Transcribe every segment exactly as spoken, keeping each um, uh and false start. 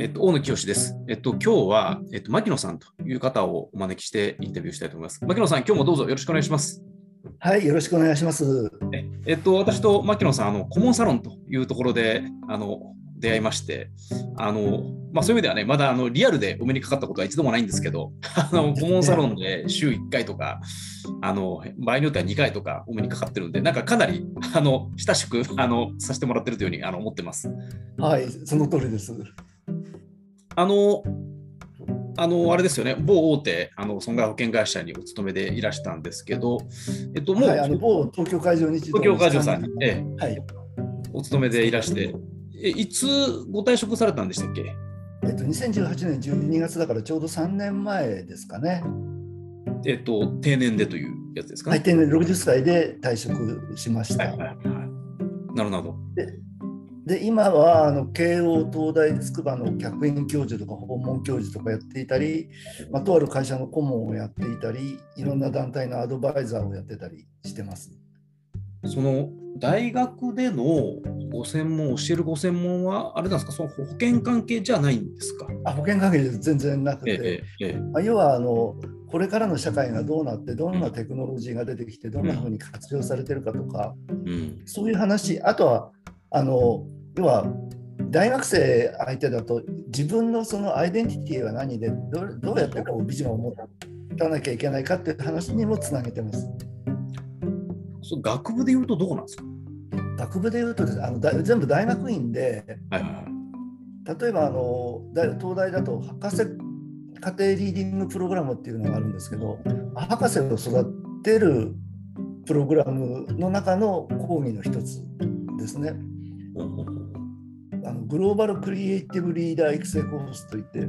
えっと、大野清です。えっと、今日は、えっと、牧野さんという方をお招きしてインタビューしたいと思います。牧野さん、今日もどうぞよろしくお願いします。 はい、よろしくお願いします。 え、えっと、私と牧野さん、あの、顧問サロンというところで、あの、出会いまして、あの、まあ、そういう意味ではね、まだあのリアルでお目にかかったことは一度もないんですけど、あの顧問サロンで週いっかいとか、あの場合によってはにかいとかお目にかかってるんで、なんかかなりあの親しくあのさせてもらってるというふうにあの思ってます。 はい、その通りです。 あの、あの、あれですよね、某大手、あの、損害保険会社にお勤めでいらしたんですけど、えっと、もう、 はい、あの某東京海上日東動に京海上さんに、 さんねん、 ええ、 はい、 お勤めでいらして、え、いつご退職されたんでしたっけ？ えっと、にせんじゅうはちねんじゅうにがつだからちょうどさんねんまえですかね。 えっと、定年でというやつですかはい、 ね。 定年ろくじゅっさいで退職しましはいた。 はいはい。なるほど。 で、で今はあの慶応、東大、筑波の客員教授とか訪問教授とかやっていたり、まあ、とある会社の顧問をやっていたり、いろんな団体のアドバイザーをやってたりしてます。 その大学でのご専門、教えるご専門は、あれなんですか、その保険関係じゃないんですか？ あ、保険関係で全然なくえて、 え、ええ、 まあ、要はあのこれからの社会がどうなってどんなテクノロジーが出てきてどんなふうに活用されてるかとか、 うん、 そういう話、あとはあの要は大学生相手だと自分のそのアイデンティティは何でどうどうやってこうビジョンを持たなきゃいけないかっていう話にもつなげてます。 そう学部でいうとどこなんですか？ 学部でいうとですね、あのだ全部大学院で、 はいはいはい。 例えばあの東大だと博士家庭リーディングプログラムっていうのがあるんですけど、博士を育てるプログラムの中の講義の一つですね。あのグローバルクリエイティブリーダー育成コースといって、うん、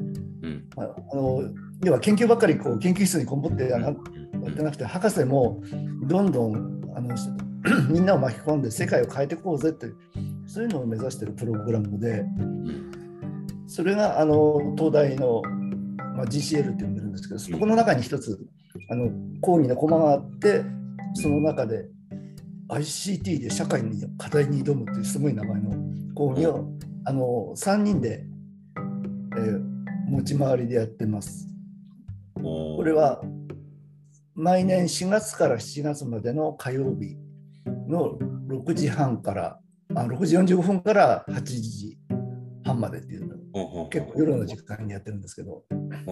あの要は研究ばっかりこう研究室にこもってやってなくて、博士もどんどんあのみんなを巻き込んで世界を変えていこうぜって、そういうのを目指しているプログラムで、それがあの東大の、まあ、ジーシーエル って呼んでるんですけど、そこの中に一つあの講義のコマがあって、その中で アイシーティー で社会の課題に挑むっていうすごい名前の講義をあのさんにんで、えー、持ち回りでやってます。これは毎年しがつからしちがつまでの火曜日のろくじはんからあろくじよんじゅうごふんからはちじはんまでっていうの結構夜の時間にやってるんですけど、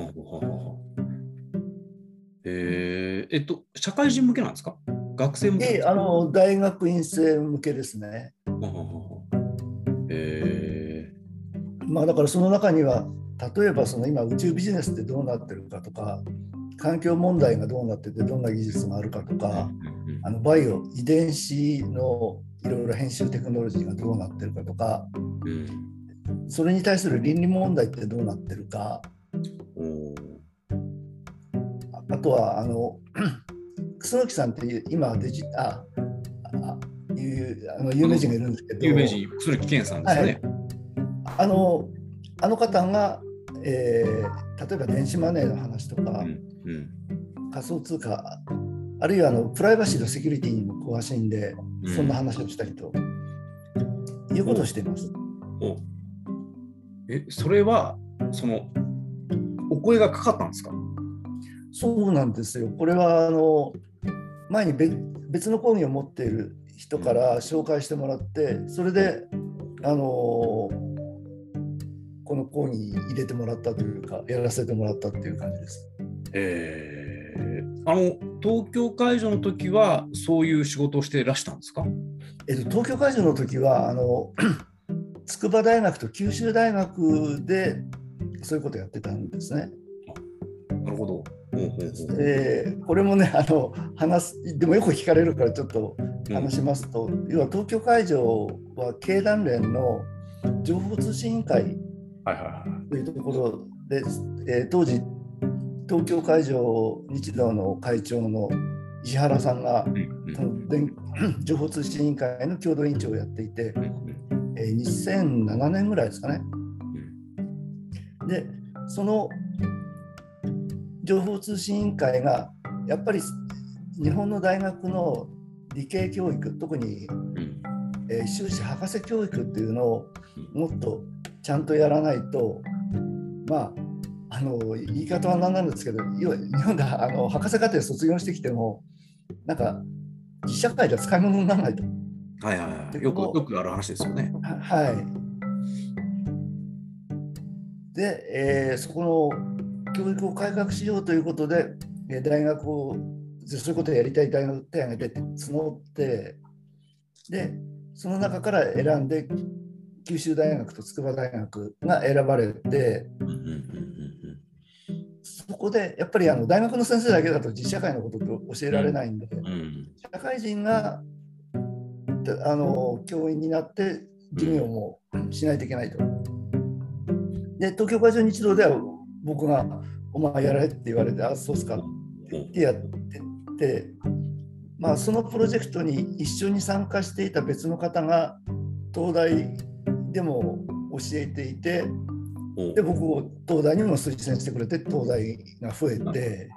えー、えっと社会人向けなんですか？学生向け？ えあの大学院生向けですね。 えー、まあだからその中には例えばその今宇宙ビジネスってどうなってるかとか、環境問題がどうなっててどんな技術があるかとか、あのバイオ遺伝子のいろいろ編集テクノロジーがどうなってるかとか、うん、それに対する倫理問題ってどうなってるか、あとはあの楠木さんっていう今デジああいうあの有名人がいるんですけど、 有名人楠木健さんですかね。はい、 あのあの方が、えー、例えば電子マネーの話とか、うんうん、仮想通貨、あるいはあのプライバシーとセキュリティにも詳しいんで、うん、そんな話をしたりということをしています。 おおえそれはそのお声がかかったんですか？ そうなんですよ。これはあの前に 別, 別の講義を持っている人から紹介してもらって、それであのこの講義に入れてもらったというか、やらせてもらったっていう感じです。 えー、あの東京会場の時はそういう仕事をしていらしたんですか？ えっと、東京会場の時はあの筑波大学と九州大学でそういうことをやってたんですね。 なるほど。 えー、これもねあの話すでもよく聞かれるからちょっと話しますと、うん、要は東京会場は経団連の情報通信委員会というところで、えー、当時東京会場日動の会長の石原さんが、うん、情報通信委員会の共同委員長をやっていて、えー、にせんななねんぐらいですかね。でその情報通信委員会がやっぱり日本の大学の理系教育、特に、えー、修士博士教育っていうのをもっとちゃんとやらないとまああの言い方は何なんですけど、要は日本であの博士課程卒業してきてもなんか実社会では使い物にならないと。 はいはいはい。よくよくある話ですよね。 は、はい。で、えーそこの教育を改革しようということで、えー大学をそういうことをやりたい大学を手を挙げて募って、でその中から選んで九州大学と筑波大学が選ばれて、 うんうんうんうんそこでやっぱりあの大学の先生だけだと実社会のことって教えられないんで、 うんうん社会人があの教員になって授業もしないといけないと。で東京海上日動では僕が「お前やれ」って言われて「あそうっすか」って言ってやってて、まあ、そのプロジェクトに一緒に参加していた別の方が東大でも教えていて、で僕を東大にも推薦してくれて東大が増えて、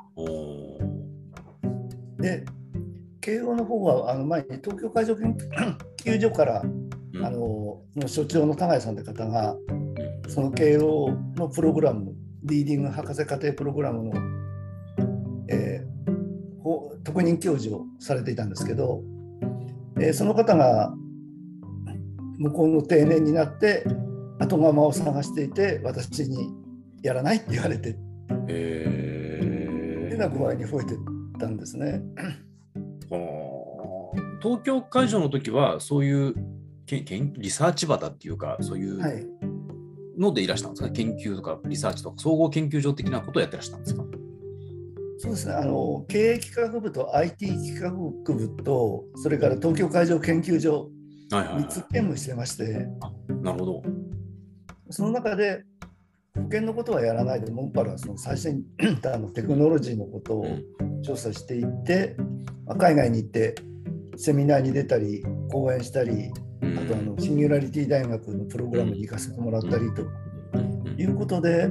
で慶応の方はあの前に東京海上研究所からあのの所長の田谷さんって方がその慶応のプログラムリーディング博士課程プログラムの、えー、特任教授をされていたんですけど、えー、その方が向こうの定年になって後釜を探していて私にやらないって言われて、えー、でな具合に増えてったんですね。 東京会場の時はそういうけけんリサーチ場だっていうかそういうのでいらしたんですか、はい、研究とかリサーチとか総合研究所的なことをやってらしたんですか？ そうですね、あの経営企画部と アイティー 企画部とそれから東京海上研究所みっつ兼務してまして、はいはいはい、 なるほど。 その中で保険のことはやらないでモンパルはその最先端のテクノロジーのことを調査していって、まあ、海外に行ってセミナーに出たり講演したり、あとあのシンギュラリティ大学のプログラムに行かせてもらったりということで、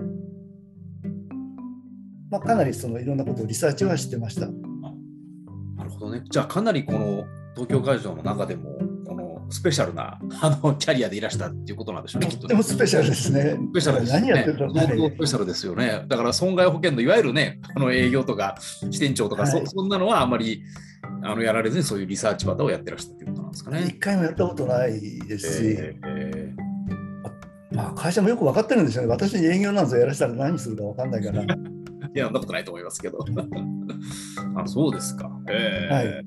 まあ、かなりそのいろんなことをリサーチはしてました。 なるほどね。じゃあかなりこの東京会場の中でもこのスペシャルなあのキャリアでいらしたっていうことなんでしょうね。 とってもスペシャルですね。 スペシャルですね。 何やってるか相当スペシャルですよね。だから損害保険のいわゆるね、あの営業とか支店長とか、はい、そ, そんなのはあんまりあのやられずにそういうリサーチバタをやってらしたっていうことなんですかね。 一回もやったことないですし、えーえー、まあ会社もよく分かってるんですよね。私に営業なんぞやらせたら何するか分かんないから。いや、そんなことないと思いますけど。あ、そうですか。えーはい、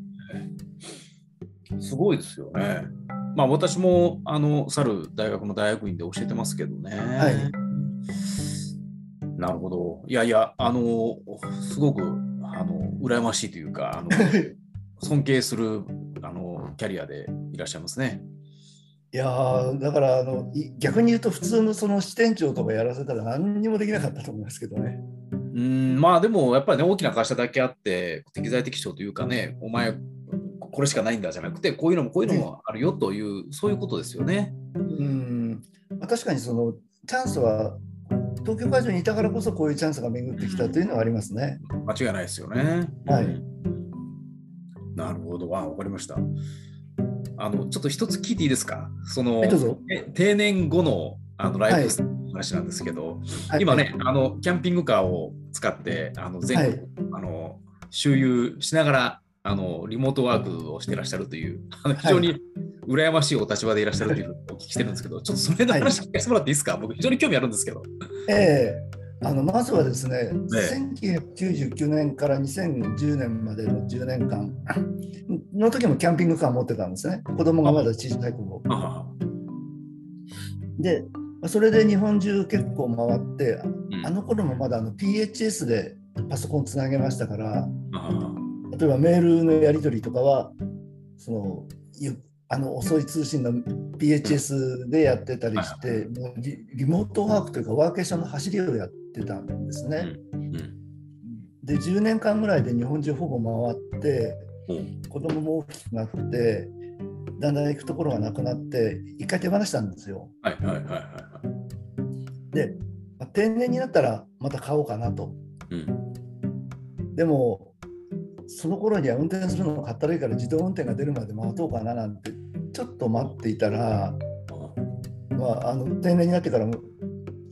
すごいですよね。まあ私もあの去る大学の大学院で教えてますけどね。はい。なるほど。いやいや、あのすごくあの羨ましいというか、あの尊敬するあのキャリアでいらっしゃいますね。 いやだからあの逆に言うと普通のその支店長とかやらせたら何にもできなかったと思いますけどね。 うんまあでもやっぱりね大きな会社だけあって適材適所というかね、お前これしかないんだじゃなくてこういうのもこういうのもあるよという、うん、そういうことですよね。 うん確かにそのチャンスは東京会場にいたからこそこういうチャンスが巡ってきたというのはありますね。 間違いないですよね。 はい。 なるほど。あ、わかりました。あのちょっと一つ聞いていいですか。その、 はい、どうぞ。 定年後のあのライフスタイルの話なんですけど、はい、今ね、あのキャンピングカーを使ってあの全国、はい、あの周遊しながらあのリモートワークをしていらっしゃるというあの非常に羨ましいお立場でいらっしゃるというふうにお聞きしてるんですけど、ちょっとそれの話聞かせてもらっていいですか。僕非常に興味あるんですけど。 えーあのまずはですね、ねせんきゅうひゃくきゅうじゅうきゅうねんからにせんじゅうねんまでのじゅうねんかんの時もキャンピングカー持ってたんですね。子供がまだ小さい頃。で、それで日本中結構回って、あの頃もまだあの ピーエイチエス でパソコンつなげましたから、例えばメールのやり取りとかは、そのあの遅い通信の ピーエイチエス でやってたりして、もう リ, リモートワークというかワーケーションの走りをやってたんですね。でじゅうねんかんぐらいで日本中ほぼ回って、子供も大きくなってだんだん行くところがなくなって一回手放したんですよ。で、まあ、定年になったらまた買おうかなと、うん、でもその頃には運転するのかったらいいから自動運転が出るまで待とうかななんてちょっと待っていたら、まあ、あの定年になってからも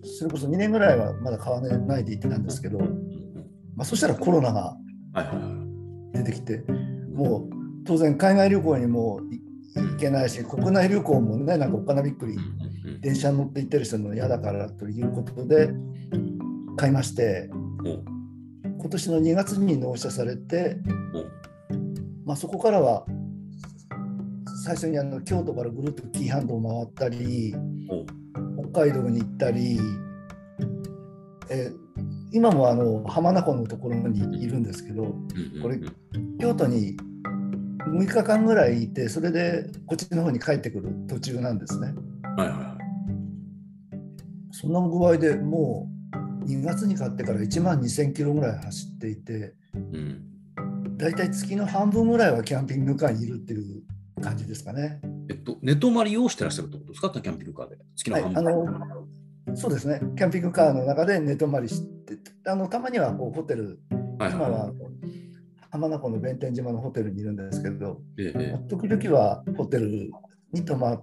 それこそにねんぐらいはまだ買わないでいたんですけど、まあ、そしたらコロナが出てきて、もう当然海外旅行にも行けないし、国内旅行もね、なんかおっかなびっくり電車に乗って行ったりするの嫌だからということで買いまして、今年のにがつに納車されて、まあ、そこからは最初にあの京都からぐるっと紀伊半島を回ったり、北海道に行ったり、え今もあの浜名湖のところにいるんですけど、これ京都にむいかかんぐらいいて、それでこっちの方に帰ってくる途中なんですね。 はいはいはい。 そんな具合でもうにがつに買ってからいちまんにせんキロぐらい走っていて、うん、だいたい月の半分ぐらいはキャンピングカーにいるっていう感じですかね。 えっと、寝泊まりをしてらっしゃるってことですか、キャンピングカーで。月の半分、 はい、あのそうですね、キャンピングカーの中で寝泊まりして、あのたまにはこうホテル、はいはい、今は浜名湖の弁天島のホテルにいるんですけど、ええ、時々はホテルに泊まって、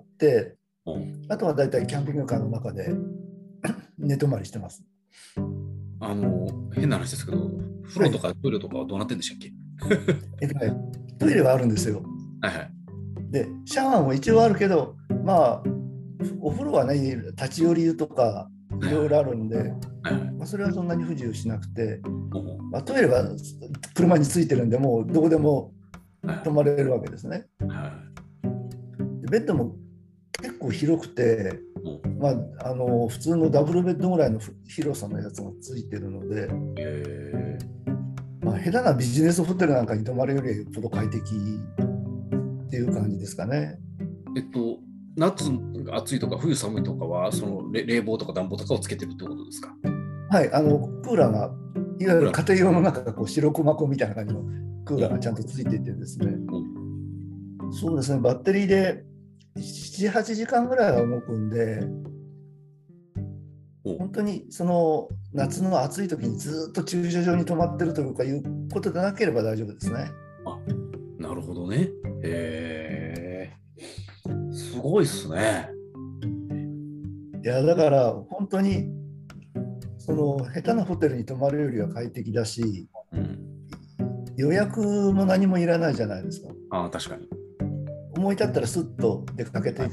うん、あとはだいたいキャンピングカーの中で寝泊まりしてます。 あの変な話ですけど、風呂とかトイレとかはどうなってるんでしたっけ？ えっとね、トイレはあるんですよ。はいはい、でシャワーも一応あるけど、まあお風呂はね、立ち寄り湯とかいろいろあるんで、はいはい、まあ、それはそんなに不自由しなくて、まあ、トイレは車についてるんで、もうどこでも泊まれるわけですね。でベッドも結構広くて、まあ、あの普通のダブルベッドぐらいの広さのやつがついてるので、えーまあ、下手なビジネスホテルなんかに泊まるよりよっぽど快適っていう感じですかね。 えっと夏暑いとか冬寒いとかはその冷房とか暖房とかをつけてるってことですか？ はい、あのクーラーがいわゆる家庭用の中がこう白熊粉みたいな感じのクーラーがちゃんとついていてですね、うん、そうですね、バッテリーでななはちじかんぐらいは動くんで、本当にその夏の暑い時にずっと駐車場に止まってるというかいうことでなければ大丈夫ですね。 あ、なるほどね。へー、すごいっすね。 いやだから本当にその下手なホテルに泊まるよりは快適だし、うん、予約も何もいらないじゃないですか。 あ、確かに。 思い立ったらスッと出かけていって、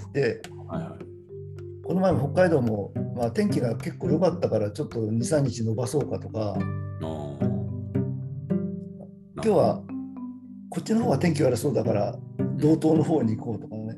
はいはいはい、この前も北海道も、まあ、天気が結構良かったからちょっとにさんにち延ばそうかとか、今日はこっちの方は天気悪そうだから道東の方に行こうとかね。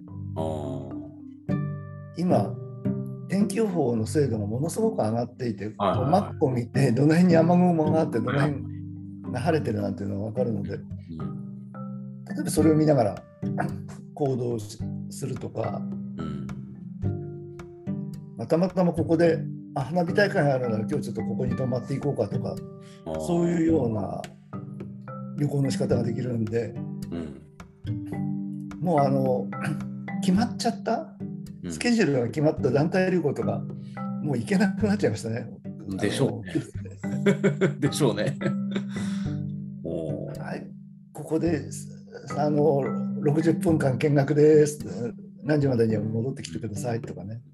今天気予報の精度がものすごく上がっていて、はいはいはい、マップを見てどの辺に雨雲があってどの辺が晴れてるなんていうのが分かるので、例えばそれを見ながら行動するとか、うんまあ、たまたまここであ花火大会があるなら今日ちょっとここに泊まっていこうかとか、そういうような旅行の仕方ができるんで、うん、もうあの決まっちゃったスケジュールが決まった団体旅行とかもう行けなくなっちゃいましたね。 でしょうね。でしょうね。 はい、ここであのろくじゅっぷんかん見学です。何時までには戻ってきてくださいとかね。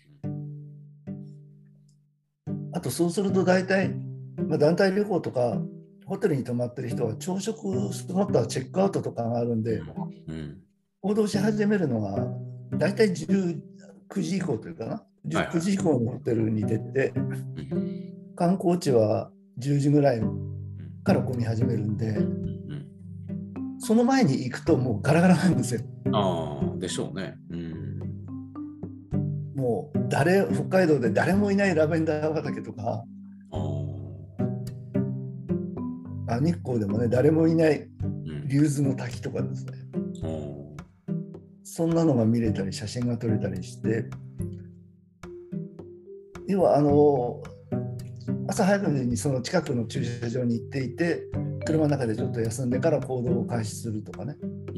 あとそうすると大体、まあ、団体旅行とかホテルに泊まってる人は朝食その他チェックアウトとかがあるんで、うん、行動し始めるのが大体じゅうくじ以降というかな、じゅうくじ以降のホテルに出て、はいはい、観光地はじゅうじぐらいから混み始めるんで、その前に行くともうガラガラなんですよ。 ああ、でしょうね。うん、 もう誰北海道で誰もいないラベンダー畑とか、あ日光でもね誰もいない竜頭の滝とかですね、うん、そんなのが見れたり写真が撮れたりして、要はあの朝早くにその近くの駐車場に行っていて車の中でちょっと休んでから行動を開始するとかね、うん、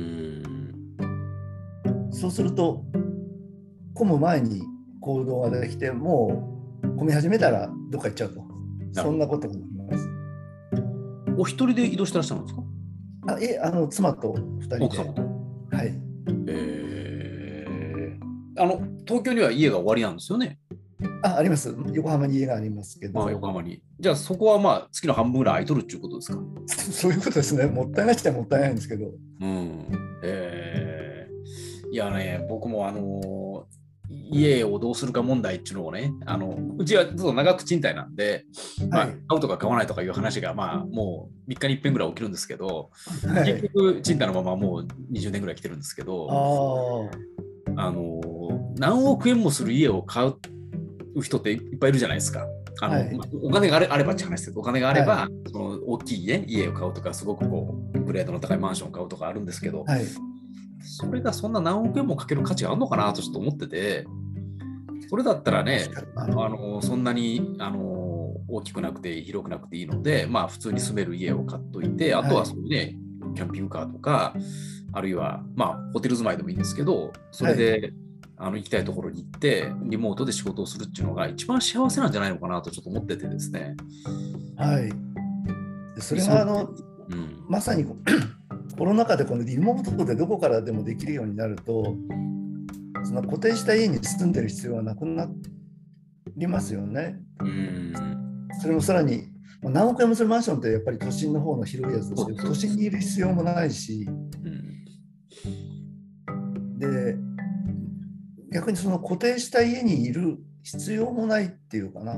そうすると混む前に行動ができてもう混み始めたらどっか行っちゃうと、そんなことができます。 お一人で移動してらっしゃるんですか？ あいえあの妻とふたりで。 奥様と。 はい。 えー、あの東京には家が終わりなんですよね。 あ、あります。横浜に家がありますけど。 あ、横浜に。じゃあそこはまあ月の半分ぐらい空いとるっていうことですか？ そういうことですね。もったいないっちゃもったいないんですけど。 うん。えー、いやね、僕もあのー家をどうするか問題っていうのをね、あのうちはちょっと長く賃貸なんで、まあ、 はい。 買うとか買わないとかいう話が、まあ、もうみっかにいっぺんぐらい起きるんですけど、結はい。 局、賃貸のままもうにじゅうねんぐらい来てるんですけあど、 あ。 あのー何億円もする家を買う人っていっぱいいるじゃないですか。あの、 はい。 まあお金があれあればって話ですけど、お金があれはい。 ば、その大きい、ね、家を買うとか、すごくこう、グレードの高いマンションを買うとかあるんですけど、 はい。 それがそんな何億円もかける価値があるのかなとちょっと思ってて、それだったらね、 確あかに。 のそんなにあの大きくなくて広くなくていいので、まあ、普通に住める家を買っといて、あとはい。 はそういうね、キャンピングカーとか、あるいは、まあ、ホテル住まいでもいいんですけど、そはい。 れであの行きたいところに行って、リモートで仕事をするっていうのが一番幸せなんじゃないのかなとちょっと思っててですね。 はい。でそ理想、 れがあのうん、 まさにコロナ禍でこのリモートでどこからでもできるようになると、その固定した家に住んでる必要はなくなりますよね。 うん、 それもさらに、まあ何億円もするマンションってやっぱり都心の方の広いやつですけど、 そうです、そうです。 都心にいる必要もないし、 うん、 で、逆にその固定した家にいる必要もないっていうかな。 うん、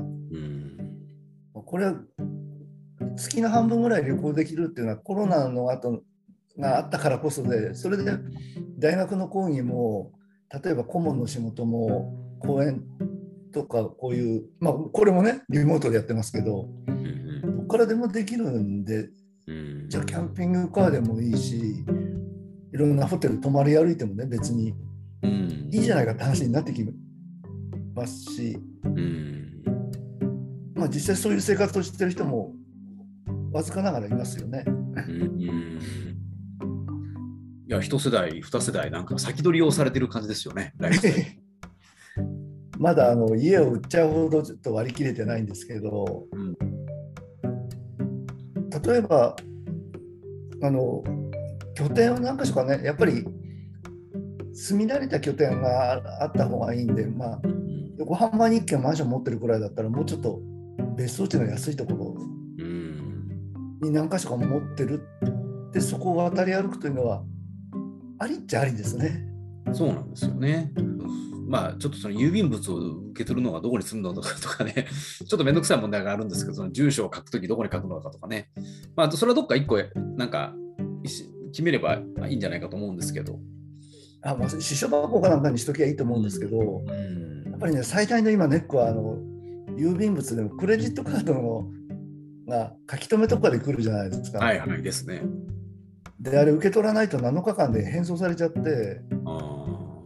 これは月の半分ぐらい旅行できるっていうのはコロナの後があったからこそで、それで大学の講義も、例えば顧問の仕事も講演とかこういう、まあこれもねリモートでやってますけど、 うん、 どこからでもできるんで、 うん、 じゃあキャンピングカーでもいいし、いろんなホテル泊まり歩いてもね別にうん、 いいじゃないかって話になってきますし、 うん、 まあ、実際そういう生活をしてる人もわずかながらいますよね。 うん、いや、一世代、二世代、なんか先取りをされてる感じですよね、ライフスタイル。 まだあの家を売っちゃうほどちょっと割り切れてないんですけど、 うん、 例えばあの拠点を何か所かね、やっぱり住み慣れた拠点があった方がいいんで、まあ、 うん、 横浜にいっけんマンション持ってるくらいだったら、もうちょっと別荘地の安いところうん、 に何か所か持ってるで、そこを渡り歩くというのはありっちゃありですね。 そうなんですよね。まあ、ちょっとその郵便物を受け取るのがどこに住んだのかとかね、ちょっとめんどくさい問題があるんですけど、その住所を書くときどこに書くのかとかね、まあ、それはどっか一個、なんか、決めればいいんじゃないかと思うんですけど。 あ、まあ、支所箱かなんかにしときゃいいと思うんですけど、 うん、 やっぱりね、最大の今ネックはあの郵便物でもクレジットカードのが書き留めとかで来るじゃないですか。 はいはいですね。 で、あれ受け取らないとなのかかんで返送されちゃって、 あ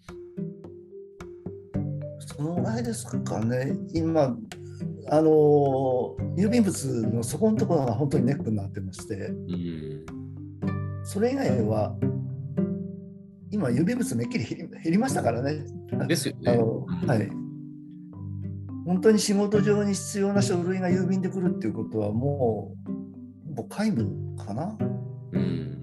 そのぐらいですかね、今、あの郵便物のそこのところが本当にネックになってまして、 うん、 それ以外は、今、郵便物めっきり減り、減りましたからね。 ですよね。 あのはい、本当に仕事上に必要な書類が郵便で来るっていうことは、もう、もう皆無かな。 うん、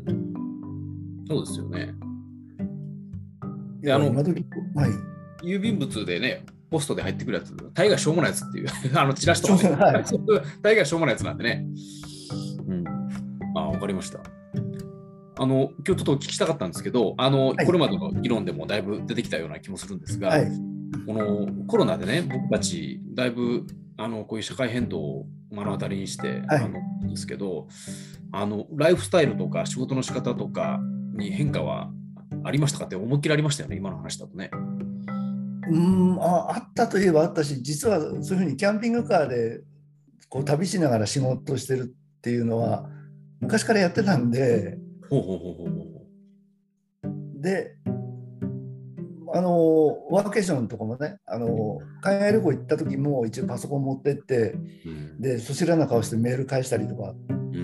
そうですよね。で、 要あの、 は今時、はい。 郵便物でね、ポストで入ってくるやつ、大概しょうもないやつっていう、あのチラシとかね、 はい。 大概しょうもないやつなんでね。うん。あ、わかりました。あの、今日ちょっとお聞きしたかったんですけど、あの、 はい。 これまでの議論でもだいぶ出てきたような気もするんですが、 はい。 このコロナでね、僕たち、だいぶ、あの、こういう社会変動を目の当たりにして、 はい。 あの、ですけど、あの、ライフスタイルとか仕事の仕方とかに変化はありましたかって思いっきりありましたよね、今の話だとね。 うん、あ、あったといえばあったし、実はそういうふうにキャンピングカーでこう旅しながら仕事をしてるっていうのは、昔からやってたんで、 ほうほうほうほうほで、あのワーケーションとかもね、あの海外旅行行った時も一応パソコン持ってって、 う。うん。 で、そちらの顔してメール返したりとかうん。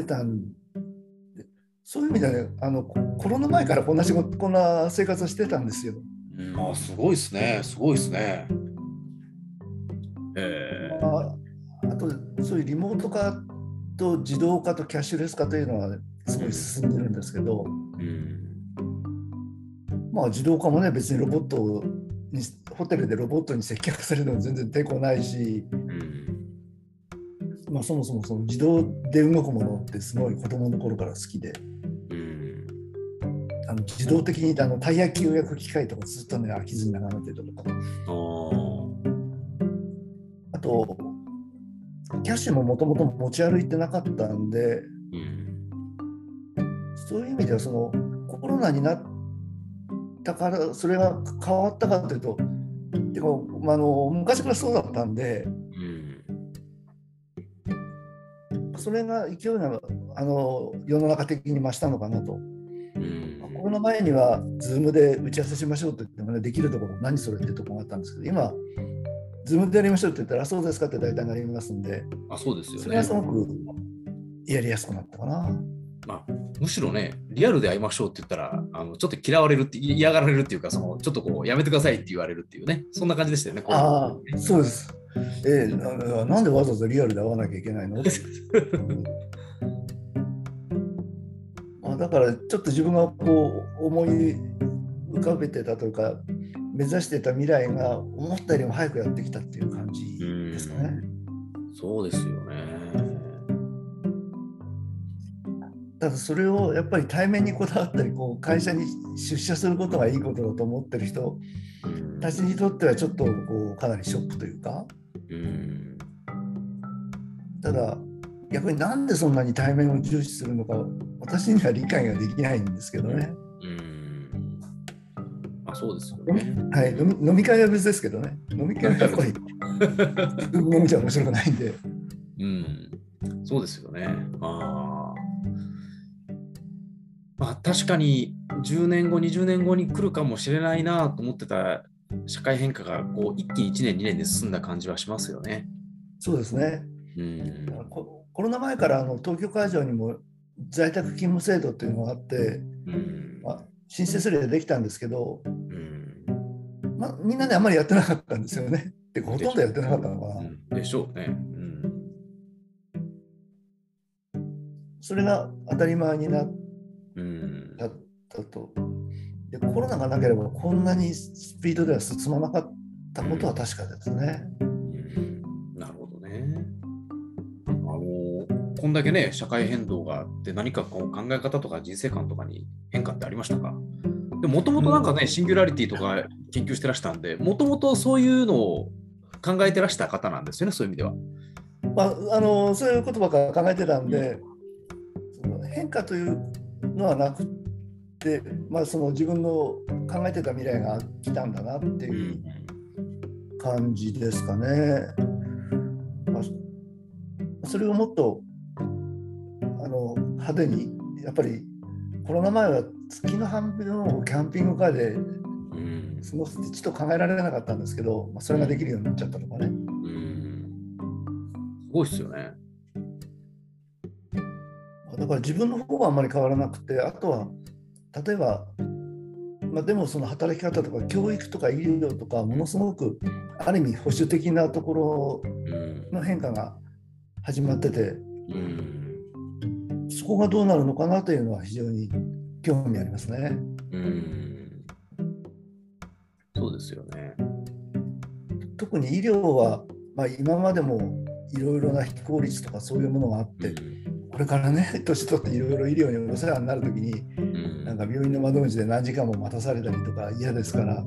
してたんで、そういう意味ではね、あのココロナ前からこんな仕事、こんな生活をしてたんですよ。 うん、あ、すごいですね。すごいですね。えまあ、あと、そういうリモート化と自動化とキャッシュレス化というのは、ね、すー、うごいん。 進んでるんですけど、 うん。 まあ、自動化もね、別にロボットにホテルでロボットに接客されても全然抵抗ないし、 うんまあ、そもそもその自動で動くものってすごい子供の頃から好きで、 うん、 あの自動的にあのたい焼きを焼く機械とかずっとね飽きずに眺めてたとか、あとキャッシュももともと持ち歩いてなかったんで、 うん、 そういう意味ではそのコロナになったからそれが変わったかというと、てか、まあ、あの昔からそうだったんで、 うん、 それが勢いがあの世の中的に増したのかなと。 うん、 コロナ前には Zoom で打ち合わせしましょうと言っても、ね、できるところ何それっていうところがあったんですけど、今 Zoom でやりましょうって言ったらそうですかって大体なりますんで、 あ、そうですよね。 それはすごくやりやすくなったかな。 まあ、むしろね、リアルで会いましょうって言ったら、あのちょっと嫌われるって、嫌がられるっていうか、そのちょっとこう、やめてくださいって言われるっていうね、そんな感じでしたよね、コロナ。 ああ、そうです。えーな、なんでわざわざリアルで会わなきゃいけないの、まあ、だからちょっと自分がこう思い浮かべてたというか、目指してた未来が思ったよりも早くやってきたっていう感じですかね。 そうですよね。 ただそれをやっぱり対面にこだわったり、こう会社に出社することがいいことだと思ってる人たちにとってはちょっとこうかなりショックというか、 うん、 ただ逆になんでそんなに対面を重視するのか私には理解ができないんですけどね。 うん、あ、そうですよね。 はい、飲み、飲み会は別ですけどね。飲み会はやっぱり飲みじゃ面白くないんで。 うん、そうですよね。あまあ、確かにじゅうねんご、にじゅうねんごに来るかもしれないなと思ってた社会変化がこう一気にいちねん、にねんで進んだ感じはしますよね。 そうですね。 うん、 コロナ前からあの東京会場にも在宅勤務制度っていうのがあって、 うん、 まあ、申請すればできたんですけど、 うん、 まあ、みんなであんまりやってなかったんですよね。てかほとんどやってなかったのかな。 うん、でしょうね。うん、 それが当たり前になっうん、 たと。でコロナがなければこんなにスピードでは進まなかったことは確かですね。 うん、なるほどね。あのこんだけね、社会変動があって何かこう考え方とか人生観とかに変化ってありましたか？でもともとなんかね、シンギュラリティとか研究してらしたんで、もともとそういうのを考えてらした方なんですよね、そういう意味では。 まあ、あのそういうことばっか考えてたんで、その変化というのはなくて、まあ、その自分の考えてた未来が来たんだなっていう感じですかね。まあ、それをもっとあの派手に、やっぱりコロナ前は月の半分をキャンピングカーで過ごすってちょっと考えられなかったんですけど、まあ、それができるようになっちゃったとかね。 うん、すごいっすよね。 だから自分の方はあんまり変わらなくて、あとは例えば、まあ、でもその働き方とか教育とか医療とかものすごくある意味保守的なところの変化が始まってて、 うん、 そこがどうなるのかなというのは非常に興味ありますね。 うん、そうですよね。 特に医療は、まあ、今までもいろいろな非効率とかそういうものがあって、うん、これからね年取っていろいろ医療にお世話になるときに、うん、なんか病院の窓口で何時間も待たされたりとか嫌ですから、うん、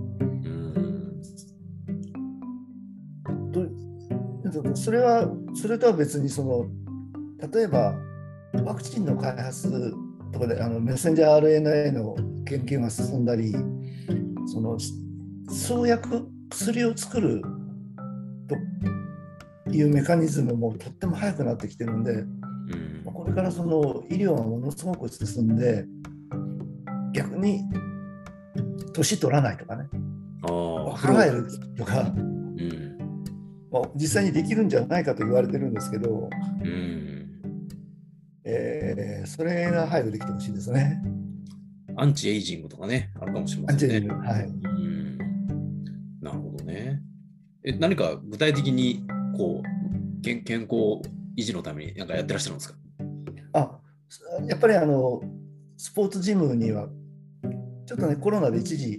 とそれはそれとは別にその例えばワクチンの開発とかであのメッセンジャー アールエヌエー の研究が進んだり、その創薬薬を作るというメカニズムもとっても速くなってきてるんで、うん、これからその医療がものすごく進んで逆に年取らないとかね、若返るとか、うんまあ、実際にできるんじゃないかと言われてるんですけど、うんえー、それが早くできてほしいですね。 アンチエイジングとかね、あるかもしれませんね。アンチエイジング、 はい。 うんなるほどね。え、何か具体的にこう健健康維持のために何かやってらっしゃるんですか？ あ、やっぱりあのスポーツジムにはちょっとねコロナで一時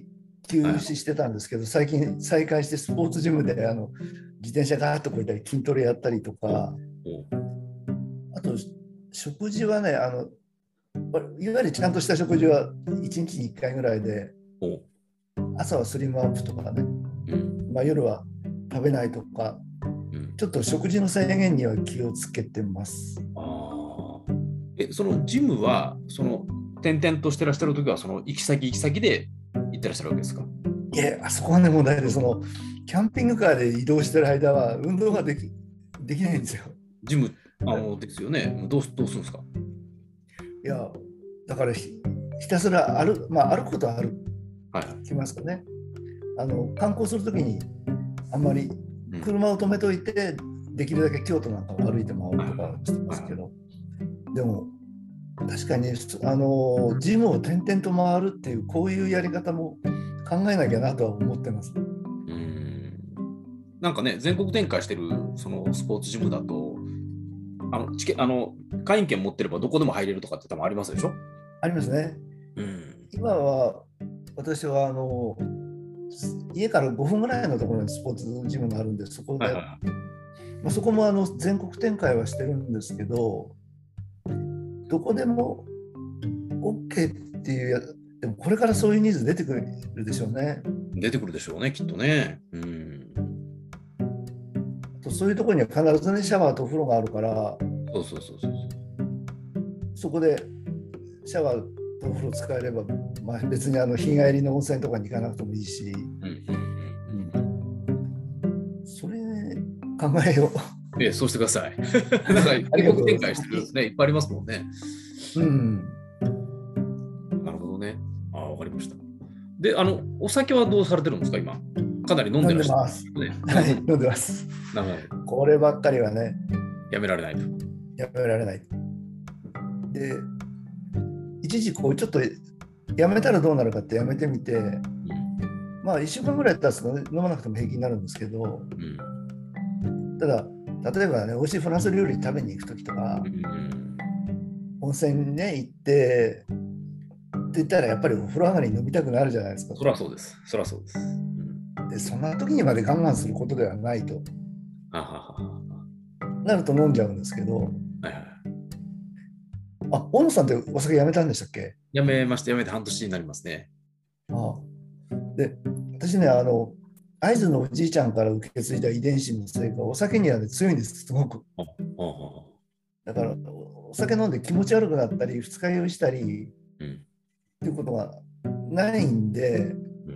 休止してたんですけど、最近再開してスポーツジムであの自転車ガーッとこいたり筋トレやったりとか、あと食事はね、あのいわゆるちゃんとした食事はいちにちにいっかいぐらいで、朝はスリムアップとかね、まあ、夜は食べないとか、ちょっと食事の制限には気をつけてます。 あえそのジムはその転々としてらっしゃるときはその行き先行き先で行ってらっしゃるわけですか？ いや、あそこはね問題で、そのキャンピングカーで移動してる間は運動ができ、できないんですよ。 ジムあのですよね。どうどうするんですか？ いや、だから ひ, ひたすら歩,、まあ、歩くことは歩はいきますかね。あの観光するときにあんまり車を止めといて、うん、できるだけ京都なんかを歩いて回るとかしてますけど、でも確かにあのジムを転々と回るっていうこういうやり方も考えなきゃなとは思ってます。 うん、なんかね、全国展開してるそのスポーツジムだと、あのチケあの会員権持ってればどこでも入れるとかって多分ありますでしょ？ ありますね。うん、今は私はあの家からごふんぐらいのところにスポーツジムがあるんで、そこで、はいはい、まあ、そこもあの全国展開はしてるんですけど、どこでも OK っていうや、でもこれからそういうニーズ出てくるでしょうね。 出てくるでしょうね、きっとね。うん、 とそういうところには必ずね、シャワーとお風呂があるから、 そうそうそうそう、そこでシャワーとお風呂使えれば、まあ、別にあの日帰りの温泉とかに行かなくてもいいし、うんうん、それ考えよう。 ええ、そうしてください。なんか全国展開してるんですね、いっぱいありますもんね。うん。なるほどね。ああ、わかりました。で、あの、お酒はどうされてるんですか、今。かなり飲んでらっしゃる、 ね。はい、飲んでます。なるほど。こればっかりはね、 やめられないと。 やめられない。で、一時こうちょっとやめたらどうなるかってやめてみて、うん、まあいっしゅうかんぐらい経つと、ね、飲まなくても平気になるんですけど、うん、ただ例えばね、美味しいフランス料理食べに行くときとか、うん、温泉にね行ってって言ったらやっぱりお風呂上がりに飲みたくなるじゃないですか。 そりゃそうです。そりゃそうです。 うん、でそんな時にまで我慢することではないと。はははなると飲んじゃうんですけど。はいはい。あ、大野さんってお酒やめたんでしたっけ？ やめました。やめて半年になりますね。 ああ。で、私ね、あの、会津のおじいちゃんから受け継いだ遺伝子のせいか、お酒には、ね、強いんです、すごく。だから、お酒飲んで気持ち悪くなったり、二日酔いしたり、うん、っていうことがないんで、うん、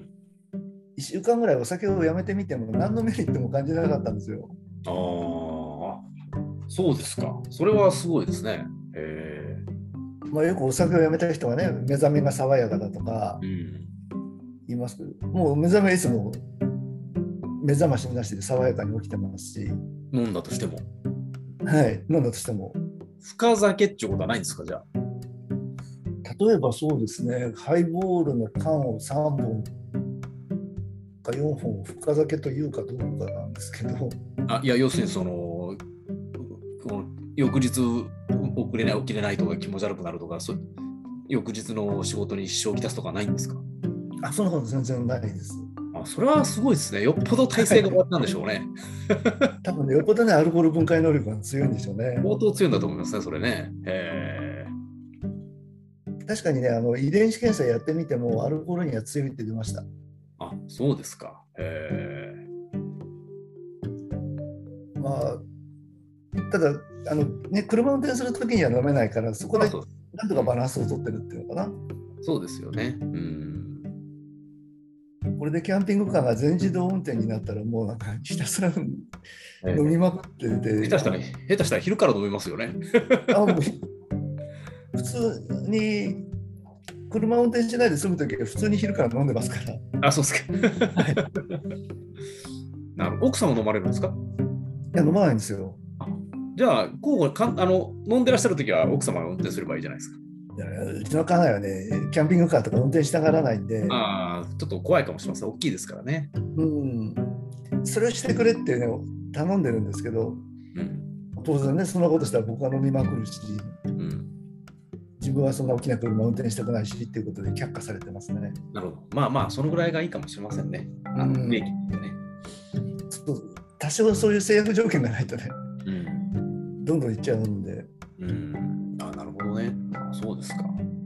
いっしゅうかんぐらいお酒をやめてみても、何のメリットも感じなかったんですよ。 ああ、そうですか。それはすごいですね。へー、まあ、よくお酒をやめた人がね、目覚めが爽やかだとか言いますけど、うん、もう目覚めいつも目覚ましなしで爽やかに起きてますし。 飲んだとしても。 はい、飲んだとしても。 深酒ってことはないんですか、じゃあ。 例えばそうですね、ハイボールの缶をさんぼんかよんほんを深酒というかどうかなんですけど。 あ、いや、要するにその、翌日遅れない、起きれないとか気持ち悪くなるとか、そ翌日の仕事に支障をきたすとかないんですか？ あ、そんなこと全然ないです。 あ、それはすごいですね。よっぽど体制が終わったんでしょうね。 多分ね、よっぽどね、アルコール分解能力が強いんでしょうね。 相当強いんだと思いますね、それね。へー、確かにね、あの遺伝子検査やってみても、アルコールには強いって出ました。 あ、そうですか。へー。まあ、ただあの、ね、車運転するときには飲めないから、そこでなんとかバランスを取ってるっていうのかな。 そうですよね。うん。 これでキャンピングカーが全自動運転になったら、もうなんかひたすら飲みまくってて、 下手したら、下手したら昼から飲めますよね。 あ、もう普通に車運転しないで済むときは普通に昼から飲んでますから。 あ、そうですか。はい、なるほど。奥さんも飲まれるんですか？ いや、飲まないんですよ。 じゃあ、交互かんあの飲んでらっしゃるときは奥様が運転すればいいじゃないですか。 いや、うちの家内はね、キャンピングカーとか運転したがらないんで。 ああ、ちょっと怖いかもしれません。大きいですからね。 うん。それをしてくれっていうのを頼んでるんですけど、うん、当然ね、そんなことしたら僕は飲みまくるし、うん、自分はそんな大きな車を運転したくないしっていうことで却下されてますね。 なるほど。まあまあ、そのぐらいがいいかもしれませんね。あの、 うん利益ってね。 多少そういう制約条件がないとね、 うん。 どんどんいっちゃうんで。 うん。あ、なるほどね。そうですか。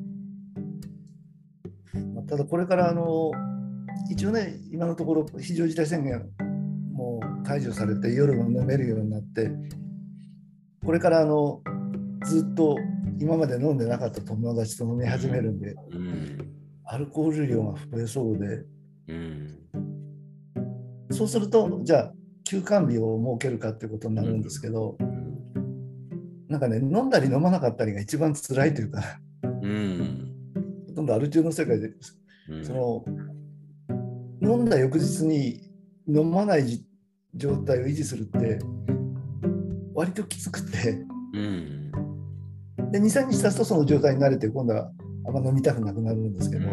まあただこれからあの一応ね、今のところ非常事態宣言もう解除されて夜も飲めるようになって、これからあのずっと今まで飲んでなかった友達と飲み始めるんで、 うん。 アルコール量が増えそうで、 うん。 そうするとじゃあ休館日を設けるかっていうことになるんですけど、なんかね、飲んだり飲まなかったりが一番辛いというか、 うん。 ほとんどアル中の世界で、 うん。 その飲んだ翌日に飲まない状態を維持するって割ときつくて、 うん。 でに、さんにち経つとその状態に慣れて今度はあんま飲みたくなくなるんですけど、 うん。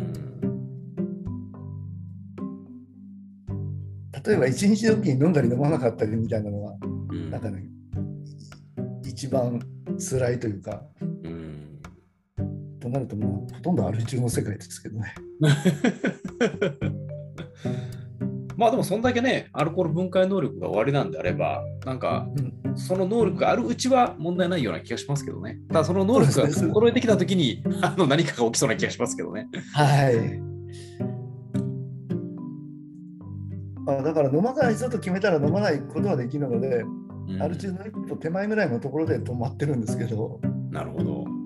例えばいちにちおきに飲んだり飲まなかったりみたいなのがうんなんかね、一番辛いというか、 うん。 となるともうほとんどアル中の世界ですけどね。 まあでもそんだけね、アルコール分解能力が終わりなんであれば、なんかうん、 その能力があるうちは問題ないような気がしますけどね。ただその能力がそうですね。 衰えてきたときにあの何かが起きそうな気がしますけどね。 はい。まあ、だから飲まないぞと決めたら飲まないことはできるので、 うん、 アル中の一歩手前ぐらいのところで止まってるんですけど、 なるほど。 うん、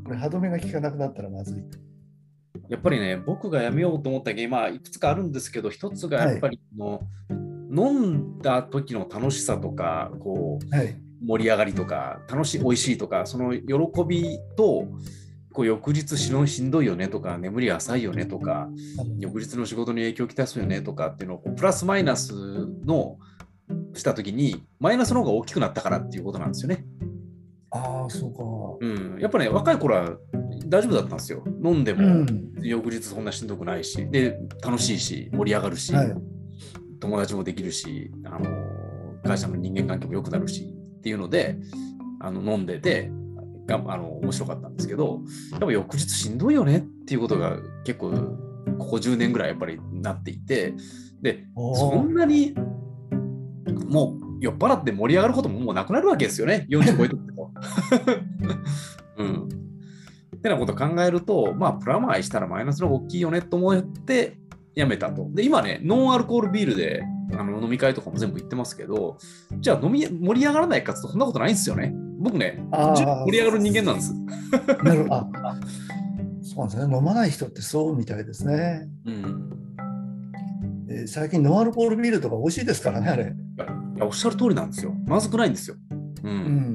これ歯止めが効かなくなったらまずい。 やっぱりね、僕がやめようと思った原因、まあいくつかあるんですけど、一つがやっぱりの、飲んだ時の楽しさとか、こう、 はい。 盛り上がりとか、楽しい、美味しいとか、その喜びと、こう翌日しのしんどいよねとか、眠り浅いよねとか、翌日の仕事に影響をきたすよねとかっていうのをこうプラスマイナスのしたときに、マイナスの方が大きくなったからっていうことなんですよね。 ああ、そううん、やっぱね、若い頃は大丈夫だったんですよ。飲んでか。うもん。 翌日そんなしんどくないし、で、楽しいし、盛り上がるし、 はい。 友達もできるし、あの会社の人間関係も良くなるしっていうので、あの飲んでてがあの面白かったんですけど、やっぱ翌日しんどいよねっていうことが結構ここじゅうねんぐらいやっぱりなっていて、で、そんなにもう酔っ払って盛り上がることももうなくなるわけですよね、よんじゅう超えてくると。うん。ってなことを考えると、まあ、プラマイしたらマイナスの方が大きいよねと思ってやめたと。で、今ね、ノンアルコールビールであの飲み会とかも全部行ってますけど、じゃあ飲み盛り上がらないかってそんなことないんですよね。僕ね、盛り上がる人間なんです。 なるほど。あ、そうなんですね。飲まない人ってそうみたいですね。 うん、 えー最近ノンアルコールビールとか美味しいですからね、あれ。 いや、おっしゃる通りなんですよ。まずくないんですよ。うん。 うん。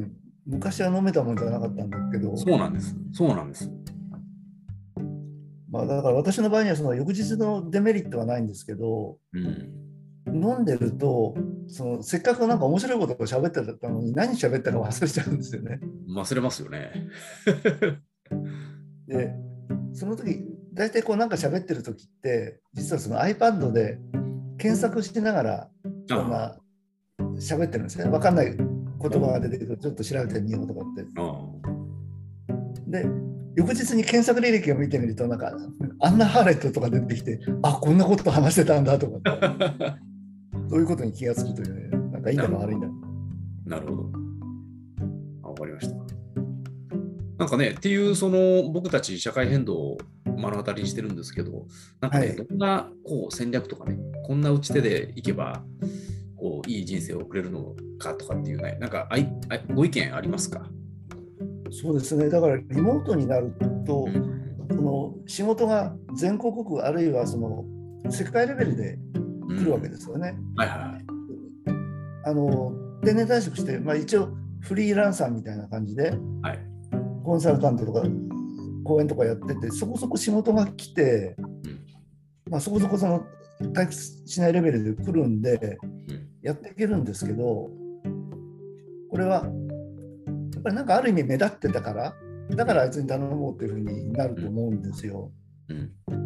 昔は飲めたもんじゃなかったんだけど、 そうなんです。そうなんです。 まあ、だから私の場合にはその翌日のデメリットはないんですけど、 うん。 飲んでるとそのせっかくなんか面白いことを喋ってたのに何喋ったか忘れちゃうんですよね。 忘れますよね。 で、その時大体こうなんか喋ってる時って実はその iPad で検索しながらこんな喋ってるんですね。分かんない言葉が出てくるとちょっと調べてみようとかって。で、翌日に検索履歴を見てみるとなんかアンナ・ハーレットとか出てきて、あ、こんなこと話してたんだとかそういうことに気がつくというね、なんかいいんだか悪いんだ。 なるほど。あ、わかりました。なんかね、っていうその僕たち社会変動を目の当たりにしてるんですけど、なんかね、はい、どんなこう戦略とかね、こんな打ち手でいけばこういい人生を送れるのかとかっていうね、なんかあいあいご意見ありますか？ そうですね、だからリモートになると、うん、その仕事が全国区あるいはその世界レベルで来るわけですよね。 うん、はいはい。 あの定年退職して、まあ、一応フリーランサーみたいな感じで、はい、コンサルタントとか講演とかやっててそこそこ仕事が来て、うんまあ、そこそこその退屈しないレベルで来るんでやっていけるんですけど、これはやっぱりなんかある意味目立ってたからだからあいつに頼もうというふうになると思うんですよ。うんうん、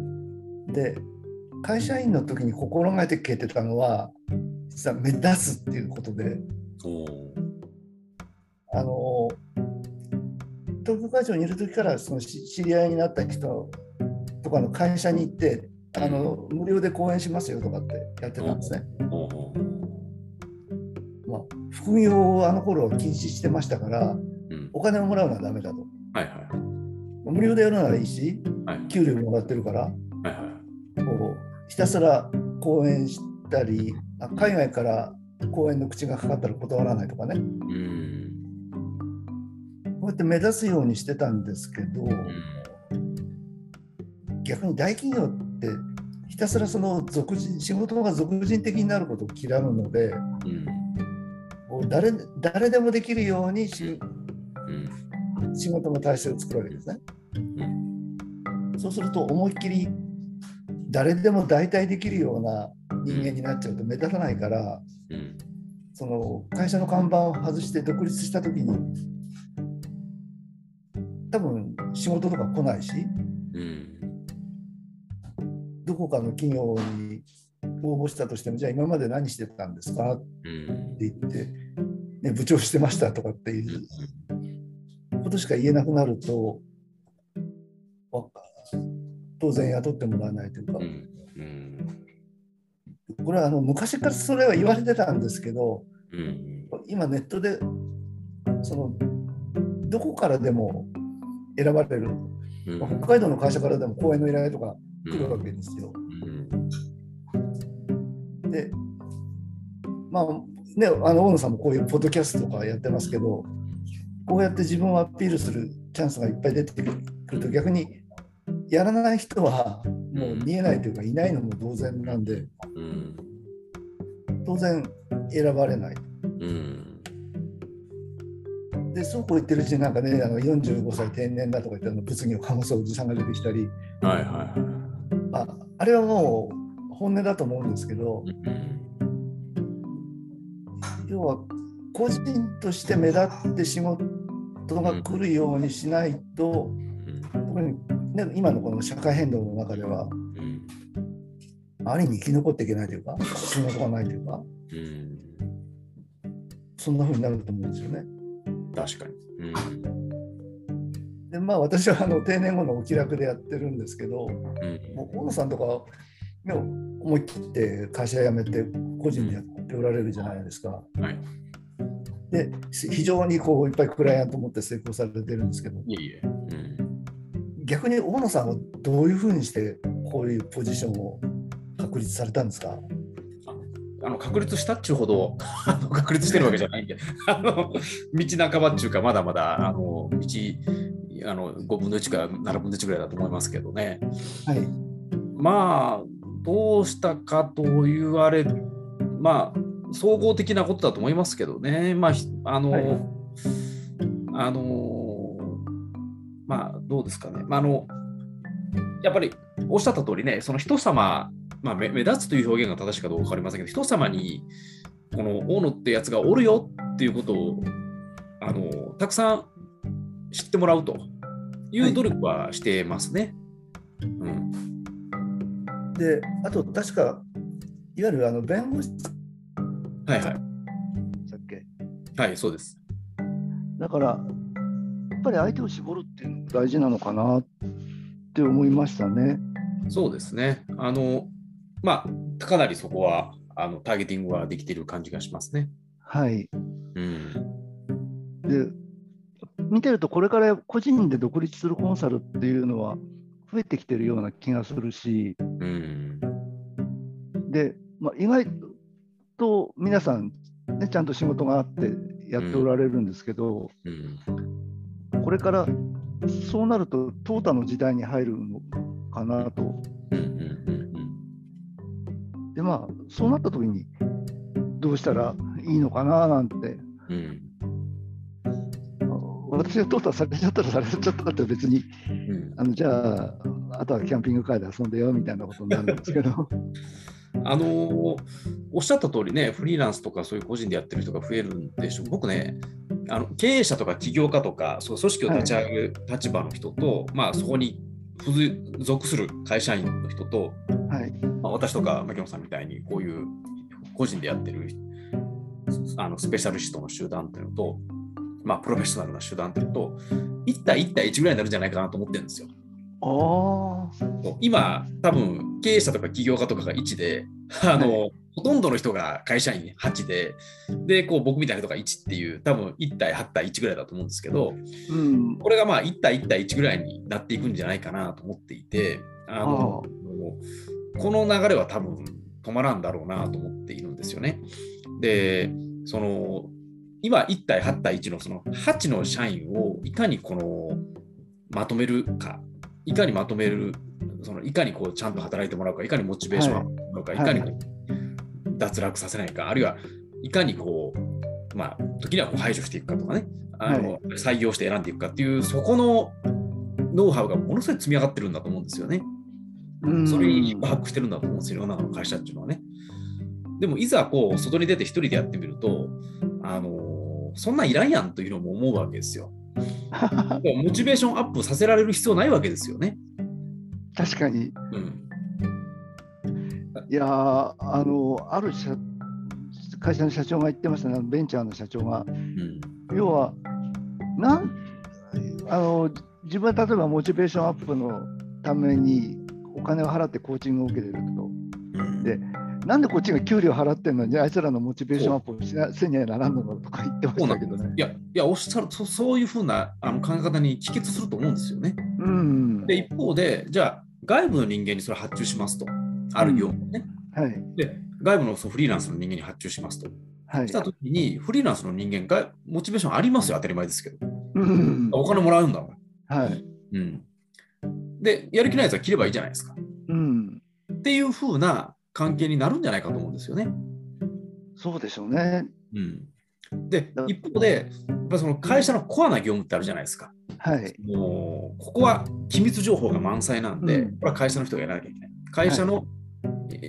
で会社員の時に心がけてたのは実は目立つっていうことで、あの東京会場にいる時からその知り合いになった人とかの会社に行ってあの無料で講演しますよとかってやってたんですね。まあ、副業をあの頃は禁止してましたから、うん、お金をもらうのはダメだと、はいはい、無料でやるならいいし、はい、給料もらってるから、はいはい、こうひたすら講演したり、海外から講演の口がかかったら断らないとかね、うん、こうやって目立つようにしてたんですけど、うん、逆に大企業ってひたすらその俗人仕事が俗人的になることを嫌うので、うん、誰, 誰でもできるようにし、うん、仕事の体制を作るわけですね、うん、そうすると思いっきり誰でも代替できるような人間になっちゃうと目立たないから、うん、その会社の看板を外して独立した時に多分仕事とか来ないし、うん、どこかの企業に応募したとしても、じゃあ今まで何してたんですかって言って、ね、部長してましたとかっていうことしか言えなくなると、当然雇ってもらえないというか、うんうん、これはあの昔からそれは言われてたんですけど、うん、今ネットでそのどこからでも選ばれる、うん、北海道の会社からでも講演の依頼とか来るわけですよ。うん、で、まあね、あの大野さんもこういうポッドキャストとかやってますけど、こうやって自分をアピールするチャンスがいっぱい出てくると、逆にやらない人はもう見えないというかいないのも同然なんで、うん、当然選ばれない、うん、でそうこう言ってるうちになんかね、あのよんじゅうごさい定年だとか言っての物議を醸すおじさんが出てきたり、はいはいはい、あ, あれはもう本音だと思うんですけど、うん、要は個人として目立って仕事が来るようにしないと、特にね、今のこの社会変動の中では、うん、ある意味生き残っていけないというか、仕事がないというか、うん、そんな風になると思うんですよね。 確かに。 うん、でまあ私はあの定年後のお気楽でやってるんですけど、うん、もう大野さんとか、ね、思い切って会社辞めて個人でやっておられるじゃないですか。はい、で非常にこういっぱいクライアント持って成功されてるんですけど、いえいえ、うん、逆に大野さんはどういうふうにしてこういうポジションを確立されたんですか？ あの確立したっちゅうほど確立してるわけじゃないんであの道半ばっていうか、まだまだあの道あのごぶんのいちかななぶんのいちぐらいだと思いますけどね、はい、まあどうしたかと言われる、まあ総合的なことだと思いますけどね。まああの、はい、あのまあどうですかね、まあ、あのやっぱりおっしゃった通りね、その人様、まあ、目, 目立つという表現が正しいかどうか分かりませんけど、人様にこの大野ってやつがおるよっていうことをあのたくさん知ってもらうという努力はしてますね。はい、うん、 であと確かいわゆるあの弁護士、 はいはい、さっけ、 はい、そうです。 だからやっぱり相手を絞るっていうのが大事なのかなって思いましたね。 そうですね。あのまあかなりそこはあのターゲティングはできている感じがしますね。 はい。うん、で見てるとこれから個人で独立するコンサルっていうのは増えてきてるような気がするし、うん、で、まあ、意外と皆さん、ね、ちゃんと仕事があってやっておられるんですけど、うんうん、これからそうなると淘汰の時代に入るのかなと。うんうんうんうん、でまあそうなった時にどうしたらいいのかななんて、うん、私が淘汰されちゃったらされちゃったって別に、うん、あのじゃああとはキャンピングカーで遊んでよみたいなことになるんですけどあのー、おっしゃった通りね、フリーランスとかそういう個人でやってる人が増えるんでしょう。僕ね、あの経営者とか起業家とかそう組織を立ち上げる立場の人と、はい、まあ、そこに付属する会社員の人と、はい、まあ、私とか牧野さんみたいにこういう個人でやってるあのスペシャリストの集団っていうのと、まあ、プロフェッショナルな集団っていうのと、 いち対いち対いちぐらいになるんじゃないかなと思ってるんですよ。 あ今、多分経営者とか起業家とかがいちで、あの、 はい、 ほとんどの人が会社員はちで、で、こう僕みたいな人がいちっていう、多分いち対はち対いちぐらいだと思うんですけど、 うん、 これがまあいち対いち対いちぐらいになっていくんじゃないかなと思っていて、あの、この流れは多分止まらんだろうなと思っているんですよね。で、その、今いち対はち対いちのそのはちの社員をいかにこのまとめるか、いかにまとめる、そのいかにこうちゃんと働いてもらうか、いかにモチベーションアップしてもらうか、はい、いかにこう脱落させないか、あるいはいかにこう、まあ、時にはこう排除していくかとかね、あの、はい、採用して選んでいくかっていう、そこのノウハウがものすごい積み上がってるんだと思うんですよね。それに把握してるんだと思うんですよ、世の中の会社っていうのはね。でも、いざこう外に出て一人でやってみると、あのそんなんいらんやんというのも思うわけですよ。モチベーションアップさせられる必要ないわけですよね。 確かに。うん、いやあのある社会社の社長が言ってましたね、ベンチャーの社長が。うん、要はなんあの自分は例えばモチベーションアップのためにお金を払ってコーチングを受けてると。うん、でなんでこっちが給料払ってんのにあいつらのモチベーションアップをしなせにはならんのとか言ってましたけどね。 いや、いやおっしゃるそそういうふうなあの考え方に帰結すると思うんですよね。うん、で一方で、じゃあ外部の人間にそれ発注しますと、ある業務ね、うん、はい。で外部のフリーランスの人間に発注しますと。はい、したときに、フリーランスの人間がモチベーションありますよ、当たり前ですけど。うん、お金もらうんだもん。はい。うん。で、やる気ないやつは切ればいいじゃないですか。うん。っていうふうな関係になるんじゃないかと思うんですよね。 そうでしょうね。 うん。で、一方で、やっぱその会社のコアな業務ってあるじゃないですか。はい。もう、ここは機密情報が満載なんで、うん、これは会社の人がやらなきゃいけない。会社の、はい、